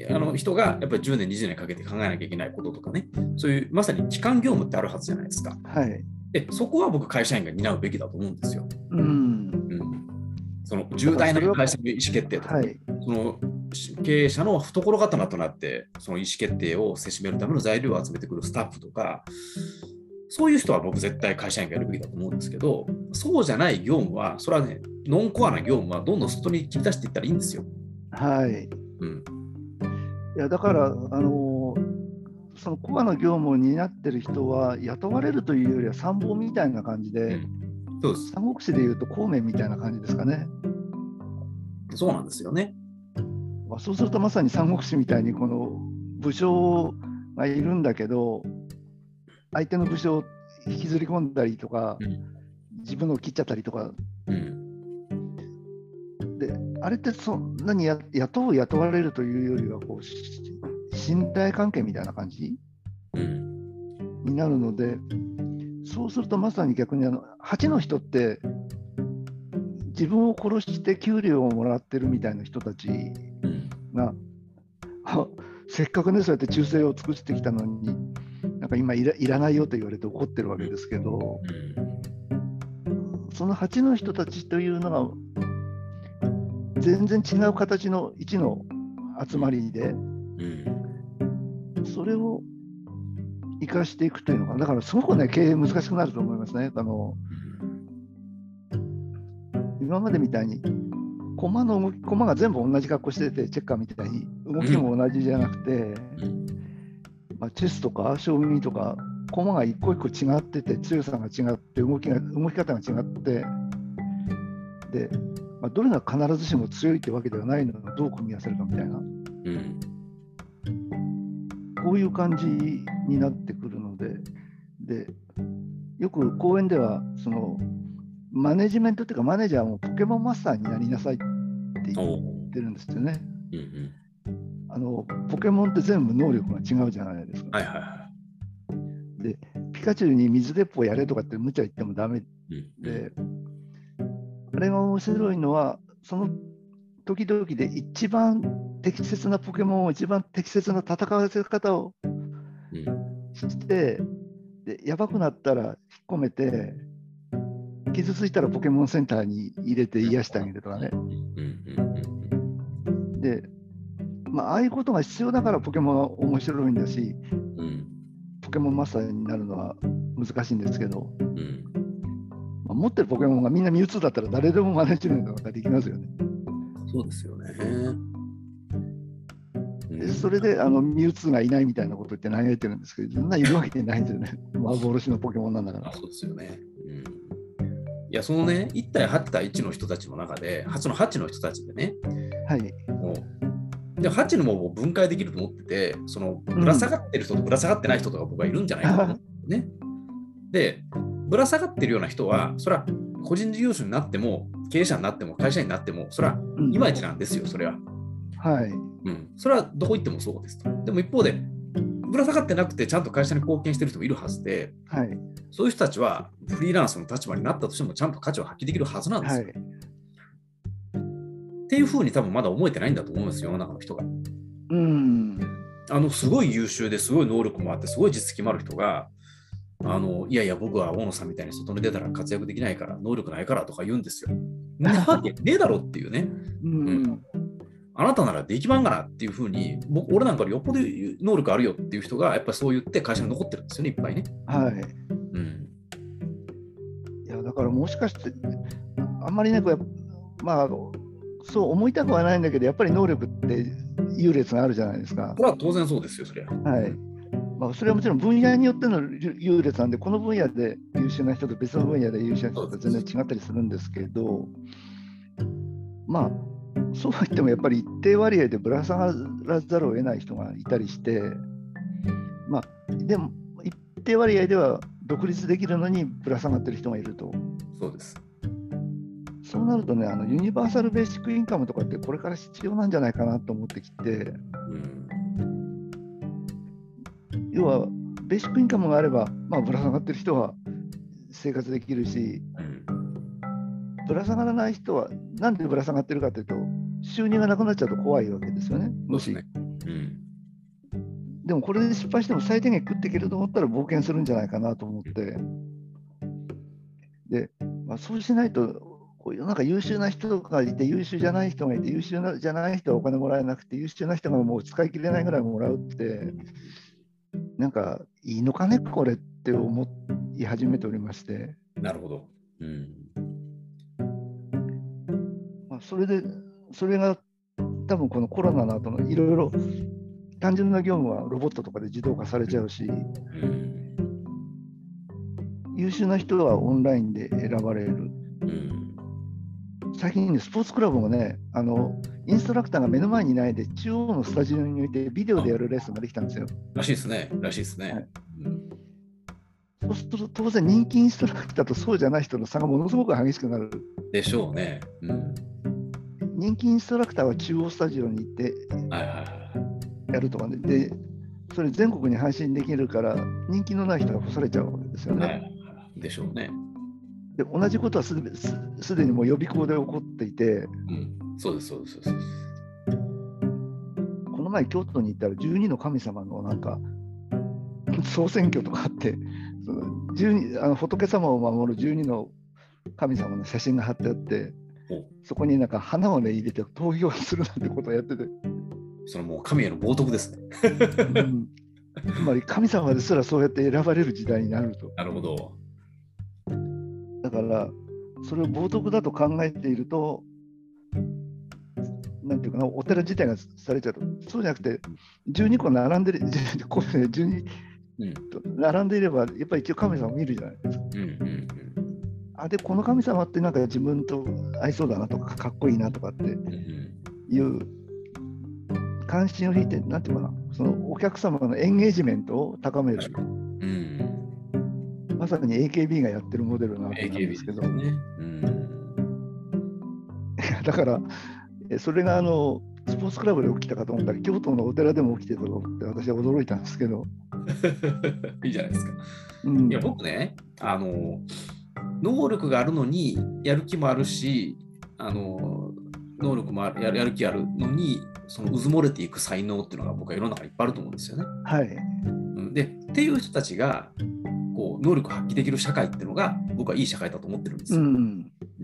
あの人がやっぱりじゅうねん、にじゅうねんかけて考えなきゃいけないこととかね、そういうまさに基幹業務ってあるはずじゃないですか。はい。で、そこは僕、会社員が担うべきだと思うんですよ。うん。うん、その重大な会社の意思決定とか、はい、その経営者の懐刀となって、その意思決定をせしめるための材料を集めてくるスタッフとか、そういう人は僕、絶対会社員がやるべきだと思うんですけど、そうじゃない業務は、それはね、ノンコアな業務はどんどん外に切り出していったらいいんですよ。はい。うん、いやだから、あのそのコアの業務を担ってる人は雇われるというよりは参謀みたいな感じで、うん、そうです。三国志でいうと孔明みたいな感じですかね。そうなんですよね。そうするとまさに三国志みたいにこの武将がいるんだけど、相手の武将を引きずり込んだりとか、うん、自分のを切っちゃったりとか、うん、であれってそんなにや雇う雇われるというよりはこう信頼関係みたいな感じ、うん、になるので、そうするとまさに逆にあのはちの人って自分を殺して給料をもらってるみたいな人たちが、うん、せっかくねそうやって忠誠を尽くしてきたのになんか今い ら, いらないよと言われて怒ってるわけですけど、うん、そのはちの人たちというのが全然違う形のいちの集まりで、うん、それを生かしていくというのかな。だからすごくね経営難しくなると思いますね。あの今までみたいに駒の動き、駒が全部同じ格好しててチェッカーみたいに動きも同じじゃなくて、うんまあ、チェスとか将棋とか駒が一個一個違ってて強さが違って動きが動き方が違ってで、まあ、どれが必ずしも強いってわけではないのをどう組み合わせるかみたいな、うん、こういう感じになってくるので、でよく講演ではそのマネジメントっていうかマネージャーもポケモンマスターになりなさいって言ってるんですよね。うんうん、あのポケモンって全部能力が違うじゃないですか。はいはいはい、でピカチュウに水鉄砲やれとかって無茶言ってもダメで、うんうん、あれが面白いのはその時々で一番適切なポケモンを一番適切な戦わせ方をして、うん、でやばくなったら引っ込めて傷ついたらポケモンセンターに入れて癒してあげるとかね。で、まあ、ああいうことが必要だからポケモンは面白いんだし、うん、ポケモンマスターになるのは難しいんですけど、うんまあ、持ってるポケモンがみんなミュウツーだったら誰でもマネジメントができますよね。 そうですよね。 でそれであのミュウツーがいないみたいなこと言って嘆いてるんですけど、そんないるわけないんですよね。幻のポケモンなんだから。 あ、そうですよね。うん、いや、そのね、いち対はち対いちの人たちの中で、はちのはちの人たちでね、 はい、 もうではちのもう分解できると思ってて、そのぶら下がってる人とぶら下がってない人とか僕はいるんじゃないかと思うんですね。で、ぶら下がってるような人は、それは個人事業主になっても、経営者になっても、会社員になっても、それはいまいちなんですよ、それは。 はい。 うん、それはどこ行ってもそうですと。でも一方で、ぶら下がってなくて、ちゃんと会社に貢献してる人もいるはずで、 はい、 そういう人たちはフリーランスの立場になったとしても、ちゃんと価値を発揮できるはずなんですよ。はい、っていうふうに多分まだ思えてないんだと思うんですよ、世の中の人が。 うん、 あのすごい優秀ですごい能力もあって、すごい実績もある人が、あのいやいや、僕は大野さんみたいに外に出たら活躍できないから、能力ないからとか言うんですよ。なわけねえだろっていうね。うん、うん、あなたならできまんがなっていうふうに、僕俺なんかよっぽど能力あるよっていう人が、やっぱりそう言って会社に残ってるんですよね、いっぱいね。 はい。 うん、 いやだからもしかして、あんまりね、こうまあ、そう思いたくはないんだけど、やっぱり能力って優劣があるじゃないですか。 これは当然そうですよ、それは。 はい。まあ、それはもちろん分野によっての優劣なんで、この分野で優秀な人と別の分野で優秀な人と全然違ったりするんですけど、まあ、そうは言ってもやっぱり一定割合でぶら下がらざるを得ない人がいたりして、まあ、でも一定割合では独立できるのにぶら下がってる人がいると。 そうです。 そうなるとね、あのユニバーサルベーシックインカムとかってこれから必要なんじゃないかなと思ってきて、うん、要はベーシックインカムがあれば、まあ、ぶら下がってる人は生活できるし、うん、ぶら下がらない人はなんでぶら下がってるかというと、収入がなくなっちゃうと怖いわけですよね。もし、ね、うん、でもこれで失敗しても最低限食っていけると思ったら冒険するんじゃないかなと思って、で、まあ、そうしないとこういうなんか優秀な人がいて優秀じゃない人がいて優秀なじゃない人はお金もらえなくて優秀な人がもう使い切れないぐらいもらうってなんかいいのかねこれって思い始めておりまして。 なるほど。うん、 まあ、それでそれが多分このコロナの後のいろいろ単純な業務はロボットとかで自動化されちゃうし、うん、優秀な人はオンラインで選ばれる。うん、最近ね、スポーツクラブもね、あのインストラクターが目の前にいないで中央のスタジオにおいてビデオでやるレッスンができたんですよ。 らしいですね。らしいですね。はい、 うん、そうすると当然人気インストラクターとそうじゃない人の差がものすごく激しくなる。 でしょうね。うん、 人気インストラクターは中央スタジオに行ってやるとかね。で、それ全国に配信できるから人気のない人が干されちゃうわけですよね。はい、 でしょうね。 で同じことはすで、すでにもう予備校で起こっていて、 うん、そうですそうですそうです。 この前京都に行ったらじゅうにの神様のなんか総選挙とかあって、そのじゅうにあの仏様を守るじゅうにの神様の写真が貼ってあって、そこになんか花をね入れて投票するなんてことをやってて、 それもう神への冒涜ですね。 うん、つまり神様ですらそうやって選ばれる時代になると。 なるほど。 だからそれを冒涜だと考えていると、なんていうかな、お寺自体がされちゃうと、そうじゃなくてじゅうにこ並んでるじゅうに並んでいればやっぱり一応神様を見るじゃないですか。うんうんうん、あでこの神様ってなんか自分と合いそうだなとかかっこいいなとかっていう関心を引いて、なんていうかな、そのお客様のエンゲージメントを高める、うん、まさに エーケービー がやってるモデルなわけなんですけど、ね、うん、だからそれがあのスポーツクラブで起きたかと思ったら京都のお寺でも起きてたと思って私は驚いたんですけどいいじゃないですか、うん、いや僕ね、あの能力があるのにやる気もあるし、あの能力もある や, やる気あるのにその渦漏れていく才能っていうのが僕は世の中にいっぱいあると思うんですよね。 はい、 でっていう人たちがこう能力発揮できる社会っていうのが僕はいい社会だと思ってるんですよ。うんうん、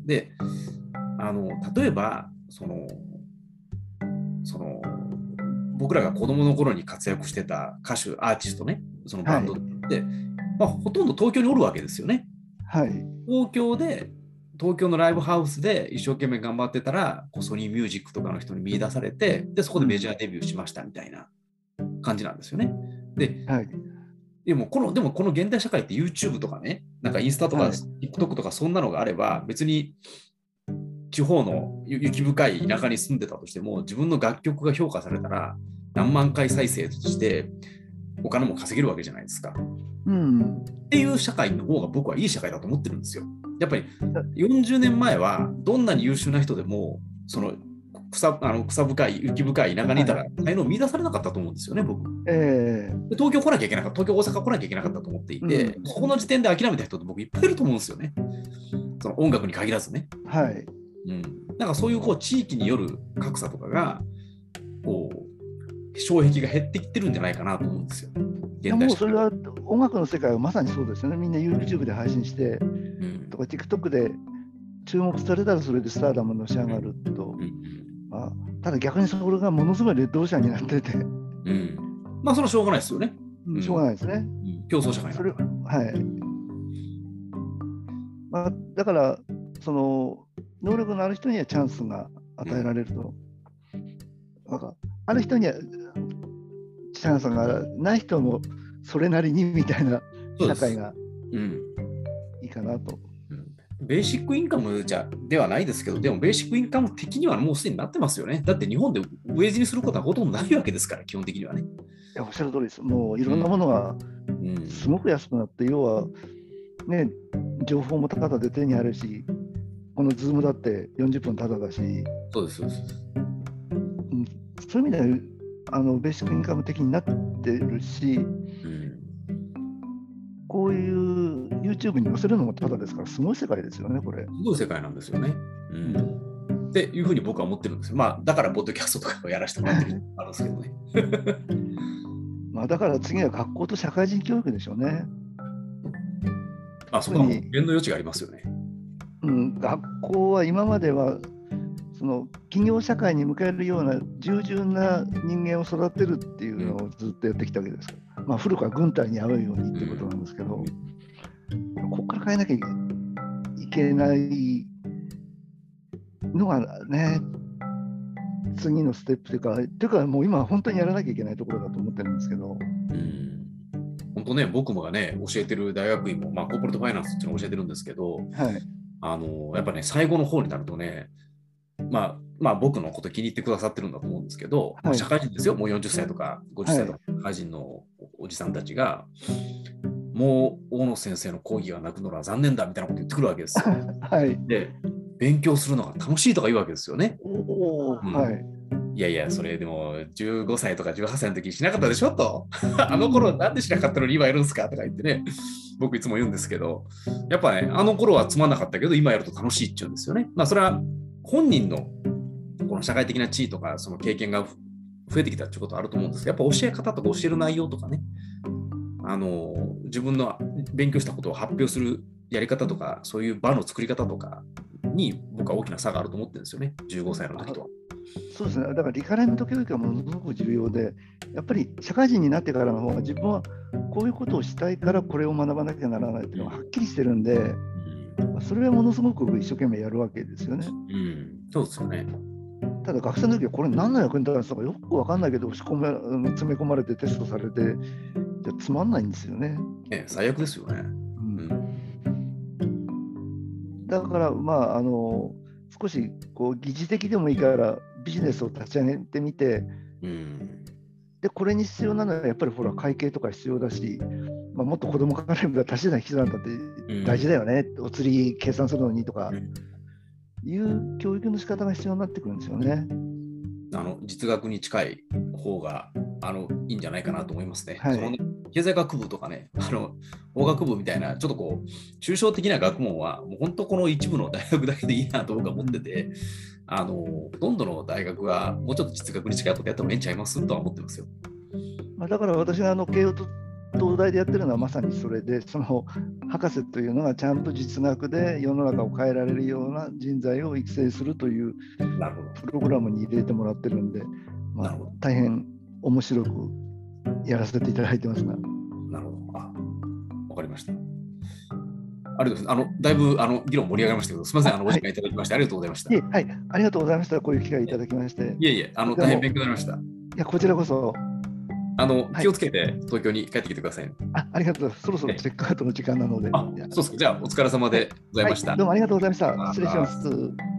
であの例えばそのその僕らが子供の頃に活躍してた歌手アーティストね、そのバンドで、はい、まあ、ほとんど東京におるわけですよね。 はい、 東京で、東京のライブハウスで一生懸命頑張ってたら、こうソニーミュージックとかの人に見出されて、で、そこでメジャーデビューしましたみたいな感じなんですよね。で、 はい、 でもこの、でもこの現代社会って YouTube とかね、なんかインスタとかはい、 TikTok とかそんなのがあれば、別に地方の雪深い田舎に住んでたとしても、自分の楽曲が評価されたら、何万回再生して、お金も稼げるわけじゃないですか。 うん、 っていう社会の方が僕はいい社会だと思ってるんですよ。やっぱりよんじゅうねんまえはどんなに優秀な人でもその 草, あの草深い雪深い田舎にいたら才能を見出されなかったと思うんですよね、僕。 えー、 で東京来なきゃいけなかった、東京大阪来なきゃいけなかったと思っていて、うん、そこの時点で諦めた人って僕いっぱいいると思うんですよね。その音楽に限らずね。 はい。 うん、なんかそういうこう地域による格差とかがこう障壁が減ってきてるんじゃないかなと思うんですよ。 いやもうそれは音楽の世界はまさにそうですよね。みんな YouTube で配信して、うん、とか TikTok で注目されたらそれでスターダムのし上がると、うんうん、まあ、ただ逆にそれがものすごいレッドオーシャンになってて、うん、 まあそれはしょうがないですよね。 うん、しょうがないですね。うん、 競争社会なんだ。 はい。まあ、だからその能力のある人にはチャンスが与えられると、うん、なんかある人にはチャンスがない人もそれなりにみたいな社会がいいかなと。 うんうん、ベーシックインカムじゃではないですけど、でもベーシックインカム的にはもうすでになってますよね。だって日本で飢え死にすることはほとんどないわけですから、基本的にはね。いやおっしゃる通りです。もういろんなものがすごく安くなって、うん、要はね、情報もただで手にあるし、このズームだってよんじゅっぷんただだし、 そうです、そうです。 うん、そういう意味ではあのベーシックインカム的になってるし、うん、こういう YouTube に載せるのもただですから、すごい世界ですよね、これ。すごい世界なんですよね。うん、っていうふうに僕は思ってるんですよ。まあ、だから、ポッドキャストとかをやらせてもらってるあるんですけどね。 まあだから次は学校と社会人教育でしょうね。 あ、そこはもう弁の余地がありますよね。 うん、学校は今まではその企業社会に迎えるような従順な人間を育てるっていうのをずっとやってきたわけですから、まあ、古くは軍隊に合うようにっていうことなんですけど、ここから変えなきゃいけないのがね、次のステップというか、というかもう今本当にやらなきゃいけないところだと思ってるんですけど。 うん本当ね、僕もがね、教えてる大学院も、まあ、コーポレートファイナンスっていうのを教えてるんですけど、はい、あのやっぱね、最後の方になるとね、まあ、まあ、僕のこと気に入ってくださってるんだと思うんですけど、はいまあ、社会人ですよ、もうよんじゅっさいとかごじゅっさいとか、社会人のおじさんたちが、もう大野先生の講義がなくなるのは残念だみたいなこと言ってくるわけですよ。はい、で、勉強するのが楽しいとか言うわけですよね。おうん、はいいやいや、それでもじゅうごさいとかじゅうはっさいの時しなかったでしょと。あの頃なんでしなかったのに今やるんですかとか言ってね、僕いつも言うんですけど、やっぱね、あの頃はつまんなかったけど、今やると楽しいって言うんですよね。まあ、それは本人のこの社会的な地位とか、その経験が増えてきたっていうことはあると思うんですけど、やっぱ教え方とか教える内容とかね、あの自分の勉強したことを発表するやり方とか、そういう場の作り方とかに僕は大きな差があると思ってるんですよね、じゅうごさいの時とは。 そうですね、だからリカレント教育がものすごく重要で、やっぱり社会人になってからの方が自分はこういうことをしたいからこれを学ばなきゃならないっていうのがはっきりしてるんで、うん、それはものすごく一生懸命やるわけですよね。 うん、そうですよね。 ただ学生の時はこれ何の役に立つのかよく分かんないけど押し込め詰め込まれてテストされてじゃつまんないんですよね。 ええ、最悪ですよね。うんうん、だからまああの少しこう疑似的でもいいからビジネスを立ち上げてみて、うん、でこれに必要なのはやっぱりほら会計とか必要だし、まあ、もっと子供かられば足し算引き算だって大事だよね、うん、お釣り計算するのにとか、うん、いう教育の仕方が必要になってくるんですよね。 あの実学に近い方があのいいんじゃないかなと思いますね。 はい、 そのね経済学部とかね、あの法学部みたいなちょっとこう抽象的な学問はもう本当この一部の大学だけでいいなと僕は思ってて、あのほとんどの大学はもうちょっと実学に近いことやってもええんちゃいますとは思ってますよ。 まあ、だから私があの慶応と東大でやってるのはまさにそれで、その博士というのがちゃんと実学で世の中を変えられるような人材を育成するというプログラムに入れてもらってるんで、まあ、大変面白くやらせていただいてますが。 なるほど。あ、わかりました。 ありがとうございます。あの、だいぶ、あの、議論盛り上がりましたけど、すみません、あの、おはい時間いただきまして、ありがとうございました。 いえ、はい、ありがとうございました。こういう機会いただきまして。 いえいえ、あの、 でも大変勉強になりました。 いや、こちらこそ。 あの、 はい気をつけて東京に帰ってきてくださいね。 あ、ありがとうございます。そろそろチェックアウトの時間なので。 あ、 いやそうですか。じゃあ、お疲れ様でございはい、 ました。 どうもありがとうございました。失礼します。